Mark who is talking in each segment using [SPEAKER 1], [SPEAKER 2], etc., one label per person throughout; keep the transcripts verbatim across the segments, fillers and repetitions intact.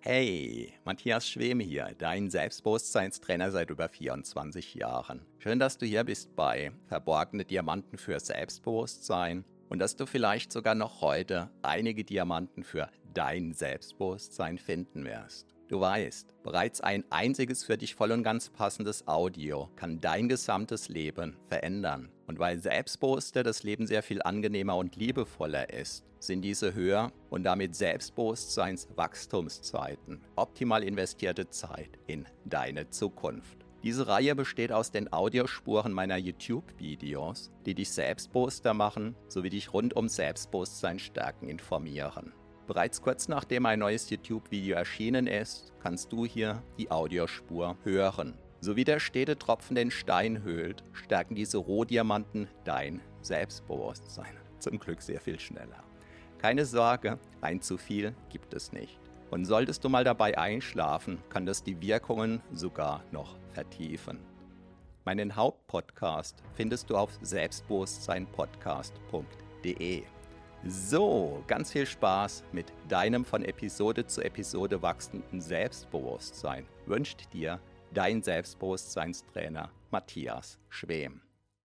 [SPEAKER 1] Hey, Matthias Schwem hier, dein Selbstbewusstseinstrainer seit über vierundzwanzig Jahren. Schön, dass du hier bist bei Verborgene Diamanten für Selbstbewusstsein und dass du vielleicht sogar noch heute einige Diamanten für dein Selbstbewusstsein finden wirst. Du weißt, bereits ein einziges für dich voll und ganz passendes Audio kann dein gesamtes Leben verändern. Und weil Selbstbewusster das Leben sehr viel angenehmer und liebevoller ist, sind diese Höher- und damit Selbstbewusstseinswachstumszeiten optimal investierte Zeit in deine Zukunft. Diese Reihe besteht aus den Audiospuren meiner YouTube-Videos, die dich selbstbewusster machen, sowie dich rund um Selbstbewusstsein stärken informieren. Bereits kurz nachdem ein neues YouTube-Video erschienen ist, kannst du hier die Audiospur hören. So wie der stete Tropfen den Stein höhlt, stärken diese Rohdiamanten dein Selbstbewusstsein. Zum Glück sehr viel schneller. Keine Sorge, ein zu viel gibt es nicht. Und solltest du mal dabei einschlafen, kann das die Wirkungen sogar noch vertiefen. Meinen Hauptpodcast findest du auf selbstbewusstsein podcast punkt de. So, ganz viel Spaß mit deinem von Episode zu Episode wachsenden Selbstbewusstsein wünscht dir dein Selbstbewusstseinstrainer Matthias Schwem.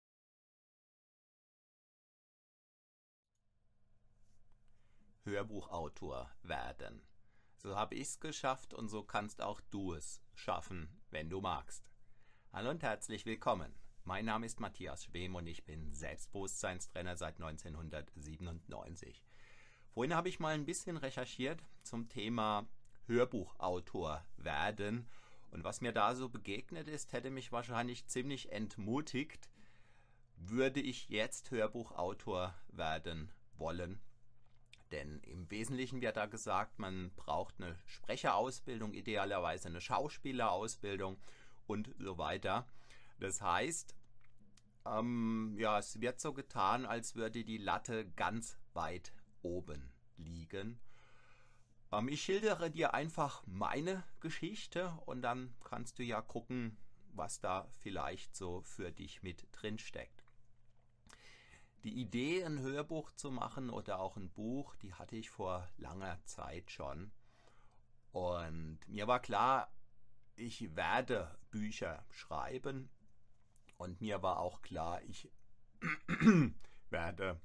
[SPEAKER 1] Hörbuchautor werden. So habe ich es geschafft und so kannst auch du es schaffen, wenn du magst. Hallo und herzlich willkommen. Mein Name ist Matthias Schwem und ich bin Selbstbewusstseinstrainer seit neunzehnhundertsiebenundneunzig. Vorhin habe ich mal ein bisschen recherchiert zum Thema Hörbuchautor werden und was mir da so begegnet ist, hätte mich wahrscheinlich ziemlich entmutigt, würde ich jetzt Hörbuchautor werden wollen. Denn im Wesentlichen wird da gesagt, man braucht eine Sprecherausbildung, idealerweise eine Schauspielerausbildung und so weiter. Das heißt, ähm, ja, es wird so getan, als würde die Latte ganz weit oben liegen. Ähm, ich schildere dir einfach meine Geschichte und dann kannst du ja gucken, was da vielleicht so für dich mit drin steckt. Die Idee, ein Hörbuch zu machen oder auch ein Buch, die hatte ich vor langer Zeit schon. Und mir war klar, ich werde Bücher schreiben. Und mir war auch klar, ich werde,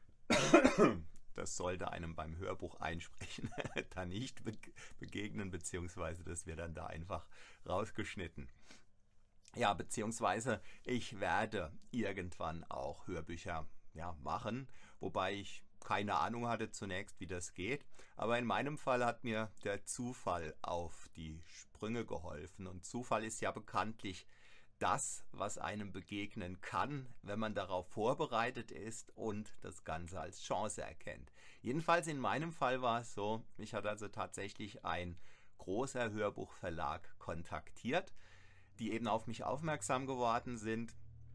[SPEAKER 1] das sollte einem beim Hörbuch einsprechen, da nicht begegnen, beziehungsweise das wird dann da einfach rausgeschnitten. Ja, beziehungsweise ich werde irgendwann auch Hörbücher ja, machen, wobei ich keine Ahnung hatte zunächst, wie das geht. Aber in meinem Fall hat mir der Zufall auf die Sprünge geholfen. Und Zufall ist ja bekanntlich das, was einem begegnen kann, wenn man darauf vorbereitet ist und das Ganze als Chance erkennt. Jedenfalls in meinem Fall war es so, mich hat also tatsächlich ein großer Hörbuchverlag kontaktiert, die eben auf mich aufmerksam geworden sind,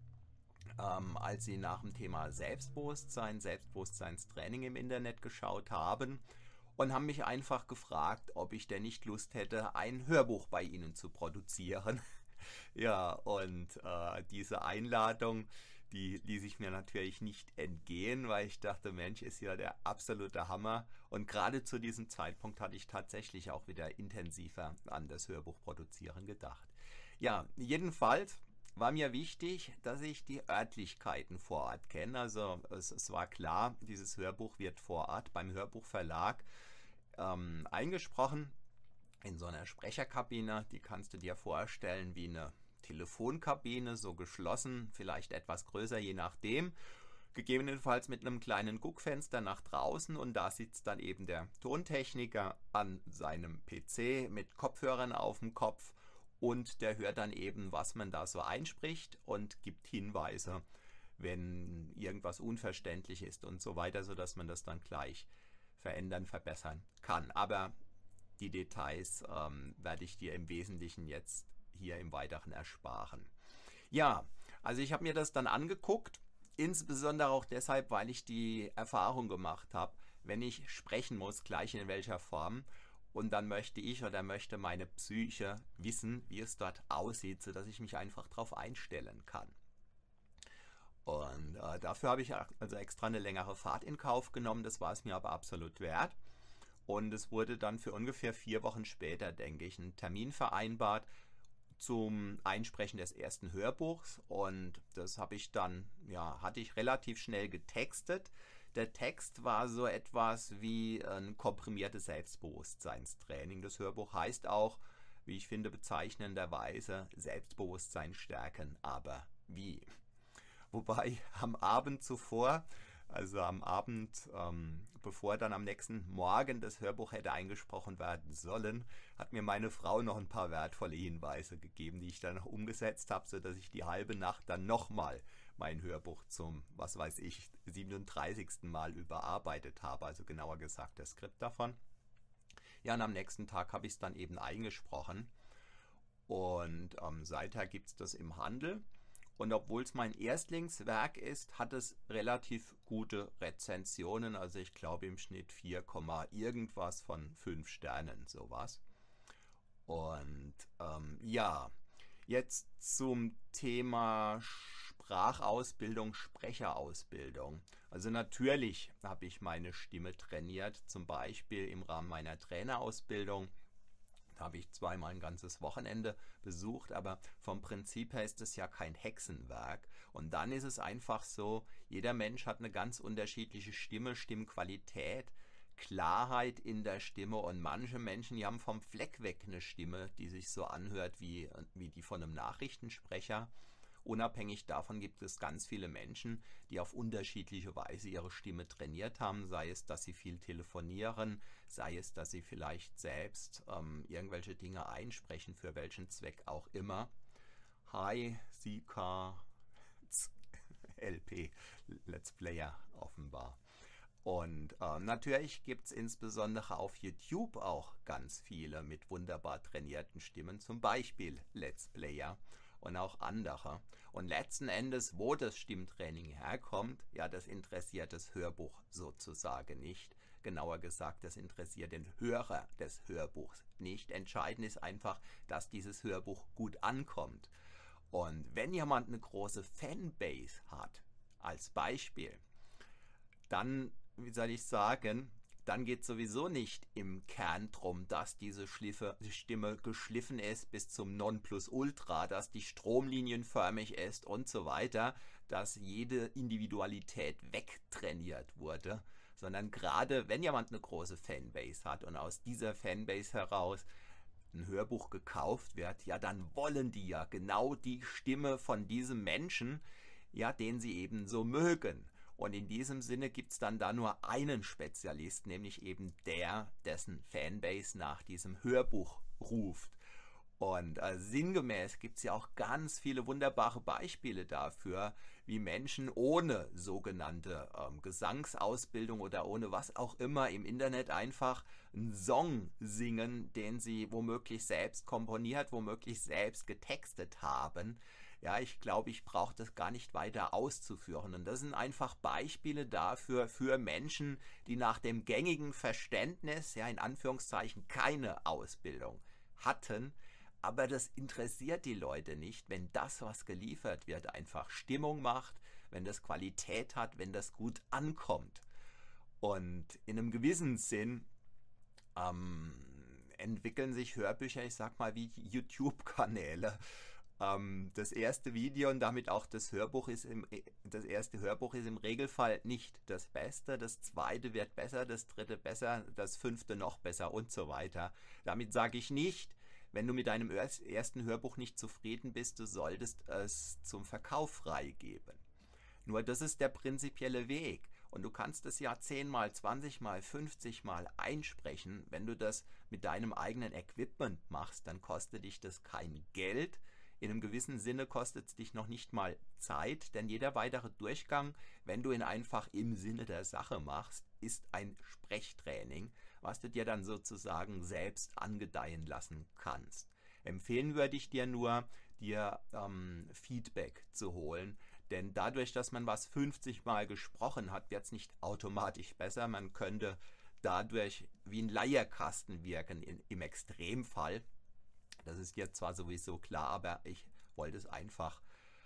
[SPEAKER 1] ähm, als sie nach dem Thema Selbstbewusstsein, Selbstbewusstseinstraining im Internet geschaut haben und haben mich einfach gefragt, ob ich denn nicht Lust hätte, ein Hörbuch bei ihnen zu produzieren. Ja, und äh, diese Einladung, die ließ ich mir natürlich nicht entgehen, weil ich dachte, Mensch, ist ja der absolute Hammer. Und gerade zu diesem Zeitpunkt hatte ich tatsächlich auch wieder intensiver an das Hörbuch produzieren gedacht. Ja, jedenfalls war mir wichtig, dass ich die Örtlichkeiten vor Ort kenne. Also es, es war klar, dieses Hörbuch wird vor Ort beim Hörbuchverlag ähm, eingesprochen in so einer Sprecherkabine. Die kannst du dir vorstellen wie eine Telefonkabine, so geschlossen, vielleicht etwas größer, je nachdem. Gegebenenfalls mit einem kleinen Guckfenster nach draußen und da sitzt dann eben der Tontechniker an seinem P C mit Kopfhörern auf dem Kopf. Und der hört dann eben, was man da so einspricht und gibt Hinweise, wenn irgendwas unverständlich ist und so weiter, sodass man das dann gleich verändern, verbessern kann. Aber die Details ähm, werde ich dir im Wesentlichen jetzt hier im Weiteren ersparen. Ja, also ich habe mir das dann angeguckt, insbesondere auch deshalb, weil ich die Erfahrung gemacht habe, wenn ich sprechen muss, gleich in welcher Form, und dann möchte ich oder möchte meine Psyche wissen, wie es dort aussieht, sodass ich mich einfach darauf einstellen kann. Und äh, dafür habe ich also extra eine längere Fahrt in Kauf genommen, das war es mir aber absolut wert. Und es wurde dann für ungefähr vier Wochen später, denke ich, ein Termin vereinbart zum Einsprechen des ersten Hörbuchs. Und das habe ich dann, ja, hatte ich relativ schnell getextet. Der Text war so etwas wie ein komprimiertes Selbstbewusstseinstraining. Das Hörbuch heißt auch, wie ich finde, bezeichnenderweise Selbstbewusstsein stärken, aber wie? Wobei am Abend zuvor, also am Abend, ähm, bevor dann am nächsten Morgen das Hörbuch hätte eingesprochen werden sollen, hat mir meine Frau noch ein paar wertvolle Hinweise gegeben, die ich dann noch umgesetzt habe, sodass ich die halbe Nacht dann nochmal mein Hörbuch zum, was weiß ich, siebenunddreißigsten Mal überarbeitet habe, also genauer gesagt das Skript davon. Ja, und am nächsten Tag habe ich es dann eben eingesprochen und ähm, seither gibt es das im Handel. Und obwohl es mein Erstlingswerk ist, hat es relativ gute Rezensionen. Also ich glaube im Schnitt vier, irgendwas von fünf Sternen, sowas. Und ähm, ja, jetzt zum Thema Sprachausbildung, Sprecherausbildung. Also natürlich habe ich meine Stimme trainiert, zum Beispiel im Rahmen meiner Trainerausbildung. Da habe ich zweimal ein ganzes Wochenende besucht, aber vom Prinzip her ist es ja kein Hexenwerk. Und dann ist es einfach so, jeder Mensch hat eine ganz unterschiedliche Stimme, Stimmqualität, Klarheit in der Stimme und manche Menschen, die haben vom Fleck weg eine Stimme, die sich so anhört wie, wie die von einem Nachrichtensprecher. Unabhängig davon gibt es ganz viele Menschen, die auf unterschiedliche Weise ihre Stimme trainiert haben, sei es, dass sie viel telefonieren, sei es, dass sie vielleicht selbst ähm, irgendwelche Dinge einsprechen, für welchen Zweck auch immer. Hi, C K L P, Let's Player offenbar. Und äh, natürlich gibt es insbesondere auf YouTube auch ganz viele mit wunderbar trainierten Stimmen, zum Beispiel Let's Player und auch andere. Und letzten Endes, wo das Stimmtraining herkommt, ja, das interessiert das Hörbuch sozusagen nicht. Genauer gesagt, das interessiert den Hörer des Hörbuchs nicht. Entscheidend ist einfach, dass dieses Hörbuch gut ankommt. Und wenn jemand eine große Fanbase hat, als Beispiel, dann, wie soll ich sagen, dann geht es sowieso nicht im Kern drum, dass diese Schliffe, die Stimme geschliffen ist bis zum Nonplusultra, dass die stromlinienförmig ist und so weiter, dass jede Individualität wegtrainiert wurde, sondern gerade wenn jemand eine große Fanbase hat und aus dieser Fanbase heraus ein Hörbuch gekauft wird, ja, dann wollen die ja genau die Stimme von diesem Menschen, ja, den sie eben so mögen. Und in diesem Sinne gibt es dann da nur einen Spezialist, nämlich eben der, dessen Fanbase nach diesem Hörbuch ruft. Und äh, sinngemäß gibt es ja auch ganz viele wunderbare Beispiele dafür, wie Menschen ohne sogenannte ähm, Gesangsausbildung oder ohne was auch immer im Internet einfach einen Song singen, den sie womöglich selbst komponiert, womöglich selbst getextet haben. Ja, ich glaube, ich brauche das gar nicht weiter auszuführen. Und das sind einfach Beispiele dafür, für Menschen, die nach dem gängigen Verständnis, ja, in Anführungszeichen, keine Ausbildung hatten. Aber das interessiert die Leute nicht, wenn das, was geliefert wird, einfach Stimmung macht, wenn das Qualität hat, wenn das gut ankommt. Und in einem gewissen Sinn ähm, entwickeln sich Hörbücher, ich sag mal, wie YouTube-Kanäle. Das erste Video und damit auch das Hörbuch ist im, das erste Hörbuch ist im Regelfall nicht das Beste, das zweite wird besser, das dritte besser, das fünfte noch besser und so weiter. Damit sage ich nicht, wenn du mit deinem ersten Hörbuch nicht zufrieden bist, du solltest es zum Verkauf freigeben. Nur das ist der prinzipielle Weg. Und du kannst es ja zehnmal, zwanzigmal, fünfzigmal einsprechen. Wenn du das mit deinem eigenen Equipment machst, dann kostet dich das kein Geld. In einem gewissen Sinne kostet es dich noch nicht mal Zeit, denn jeder weitere Durchgang, wenn du ihn einfach im Sinne der Sache machst, ist ein Sprechtraining, was du dir dann sozusagen selbst angedeihen lassen kannst. Empfehlen würde ich dir nur, dir ähm, Feedback zu holen, denn dadurch, dass man was fünfzig Mal gesprochen hat, wird es nicht automatisch besser. Man könnte dadurch wie ein Leierkasten wirken in, im Extremfall. Das ist jetzt zwar sowieso klar, aber ich wollte es einfach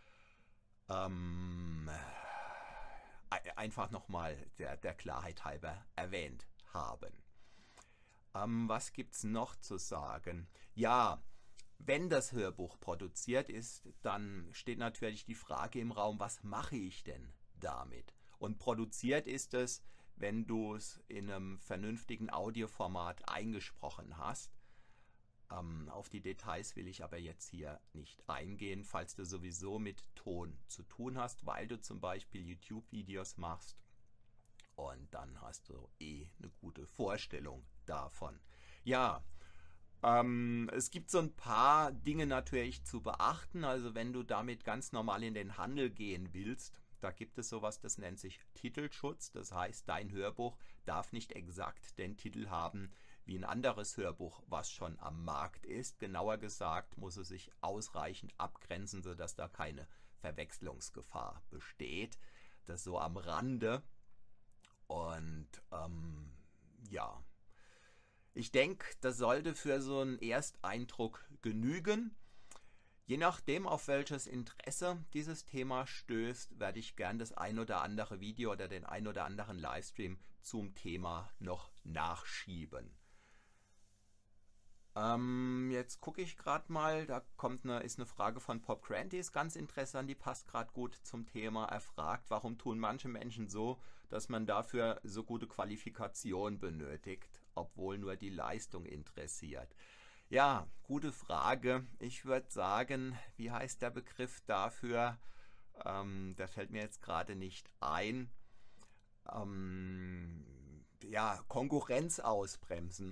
[SPEAKER 1] ähm, einfach nochmal der, der Klarheit halber erwähnt haben. Ähm, was gibt es noch zu sagen? Ja, wenn das Hörbuch produziert ist, dann steht natürlich die Frage im Raum, was mache ich denn damit? Und produziert ist es, wenn du es in einem vernünftigen Audioformat eingesprochen hast. Ähm, auf die Details will ich aber jetzt hier nicht eingehen, falls du sowieso mit Ton zu tun hast, weil du zum Beispiel YouTube-Videos machst. Und dann hast du eh eine gute Vorstellung davon. Ja, ähm, es gibt so ein paar Dinge natürlich zu beachten. Also wenn du damit ganz normal in den Handel gehen willst, da gibt es sowas, das nennt sich Titelschutz. Das heißt, dein Hörbuch darf nicht exakt den Titel haben wie ein anderes Hörbuch, was schon am Markt ist. Genauer gesagt muss es sich ausreichend abgrenzen, sodass da keine Verwechslungsgefahr besteht. Das so am Rande. Und ähm, ja, ich denke, das sollte für so einen Ersteindruck genügen. Je nachdem, auf welches Interesse dieses Thema stößt, werde ich gern das ein oder andere Video oder den ein oder anderen Livestream zum Thema noch nachschieben. Ähm, jetzt gucke ich gerade mal, da kommt eine, ist eine Frage von Pop Grant, die ist ganz interessant, die passt gerade gut zum Thema. Er fragt, warum tun manche Menschen so, dass man dafür so gute Qualifikation benötigt, obwohl nur die Leistung interessiert. Ja, gute Frage. Ich würde sagen, wie heißt der Begriff dafür? Ähm, der fällt mir jetzt gerade nicht ein. Ähm, ja, Konkurrenz ausbremsen.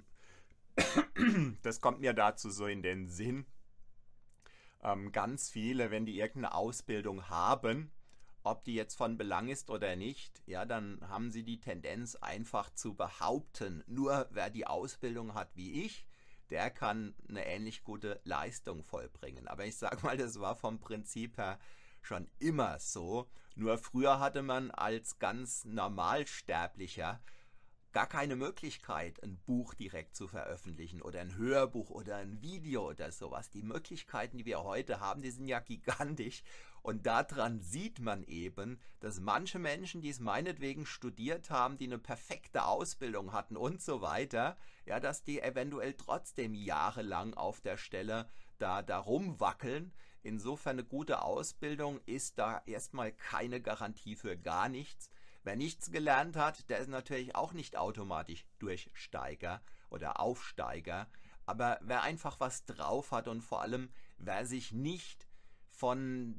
[SPEAKER 1] Das kommt mir dazu so in den Sinn. Ähm, ganz viele, wenn die irgendeine Ausbildung haben, ob die jetzt von Belang ist oder nicht, ja, dann haben sie die Tendenz einfach zu behaupten, nur wer die Ausbildung hat wie ich, der kann eine ähnlich gute Leistung vollbringen. Aber ich sage mal, das war vom Prinzip her schon immer so. Nur früher hatte man als ganz Normalsterblicher gar keine Möglichkeit, ein Buch direkt zu veröffentlichen oder ein Hörbuch oder ein Video oder sowas. Die Möglichkeiten, die wir heute haben, die sind ja gigantisch. Und daran sieht man eben, dass manche Menschen, die es meinetwegen studiert haben, die eine perfekte Ausbildung hatten und so weiter, ja, dass die eventuell trotzdem jahrelang auf der Stelle da, da rumwackeln. Insofern eine gute Ausbildung ist da erstmal keine Garantie für gar nichts. Wer nichts gelernt hat, der ist natürlich auch nicht automatisch Durchsteiger oder Aufsteiger. Aber wer einfach was drauf hat und vor allem, wer sich nicht von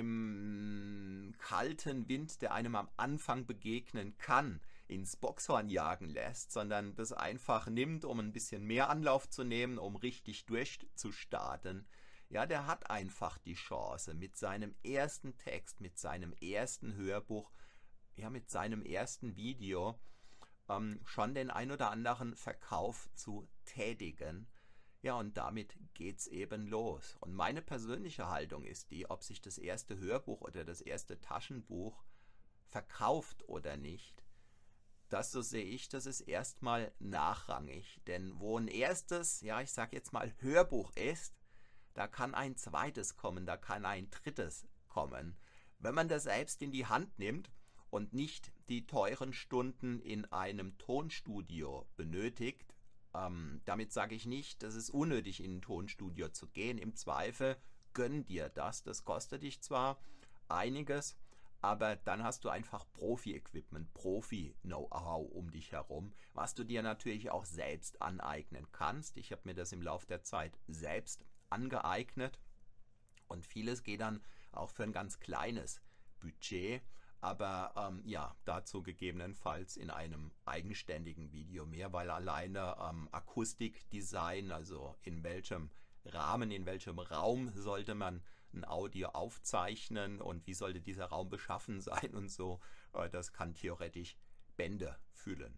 [SPEAKER 1] dem kalten Wind, der einem am Anfang begegnen kann, ins Boxhorn jagen lässt, sondern das einfach nimmt, um ein bisschen mehr Anlauf zu nehmen, um richtig durchzustarten, ja, der hat einfach die Chance, mit seinem ersten Text, mit seinem ersten Hörbuch, ja, mit seinem ersten Video ähm, schon den ein oder anderen Verkauf zu tätigen. Ja, und damit geht's eben los. Und meine persönliche Haltung ist die, ob sich das erste Hörbuch oder das erste Taschenbuch verkauft oder nicht, das, so sehe ich, das ist erstmal nachrangig. Denn wo ein erstes, ja, ich sag jetzt mal Hörbuch ist, da kann ein zweites kommen, da kann ein drittes kommen. Wenn man das selbst in die Hand nimmt und nicht die teuren Stunden in einem Tonstudio benötigt, ähm, damit sage ich nicht, dass es unnötig in ein Tonstudio zu gehen. Im Zweifel gönn dir das. Das kostet dich zwar einiges, aber dann hast du einfach Profi-Equipment, Profi-Know-how um dich herum, was du dir natürlich auch selbst aneignen kannst. Ich habe mir das im Laufe der Zeit selbst angeeignet und vieles geht dann auch für ein ganz kleines Budget. Aber ähm, ja, dazu gegebenenfalls in einem eigenständigen Video mehr, weil alleine ähm, Akustikdesign, also in welchem Rahmen, in welchem Raum sollte man ein Audio aufzeichnen und wie sollte dieser Raum beschaffen sein und so, äh, das kann theoretisch Bände füllen.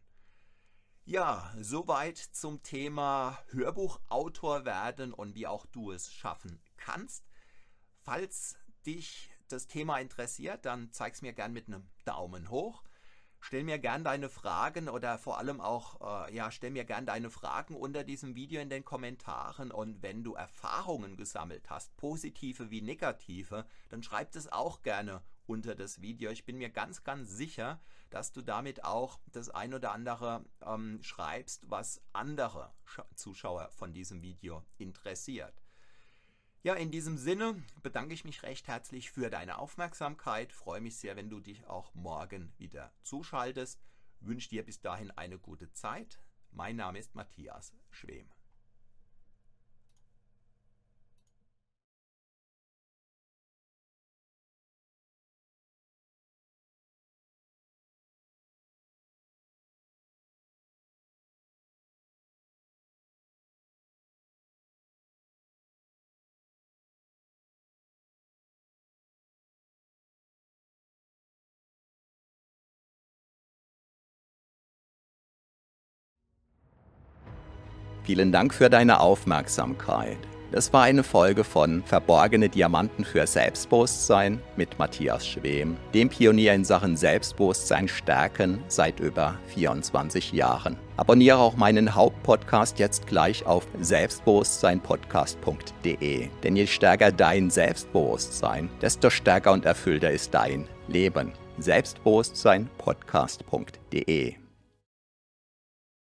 [SPEAKER 1] Ja, soweit zum Thema Hörbuchautor werden und wie auch du es schaffen kannst. Falls dich das Thema interessiert, dann zeig's mir gern mit einem Daumen hoch. Stell mir gern deine Fragen oder vor allem auch, äh, ja, stell mir gern deine Fragen unter diesem Video in den Kommentaren und wenn du Erfahrungen gesammelt hast, positive wie negative, dann schreib das auch gerne unter das Video. Ich bin mir ganz, ganz sicher, dass du damit auch das ein oder andere ähm, schreibst, was andere Zuschauer von diesem Video interessiert. Ja, in diesem Sinne bedanke ich mich recht herzlich für deine Aufmerksamkeit. Freue mich sehr, wenn du dich auch morgen wieder zuschaltest. Wünsche dir bis dahin eine gute Zeit. Mein Name ist Matthias Schwem. Vielen Dank für deine Aufmerksamkeit. Das war eine Folge von Verborgene Diamanten für Selbstbewusstsein mit Matthias Schwem, dem Pionier in Sachen Selbstbewusstsein stärken seit über vierundzwanzig Jahren. Abonniere auch meinen Hauptpodcast jetzt gleich auf selbstbewusstsein podcast punkt de, denn je stärker dein Selbstbewusstsein, desto stärker und erfüllter ist dein Leben. selbstbewusstsein podcast punkt de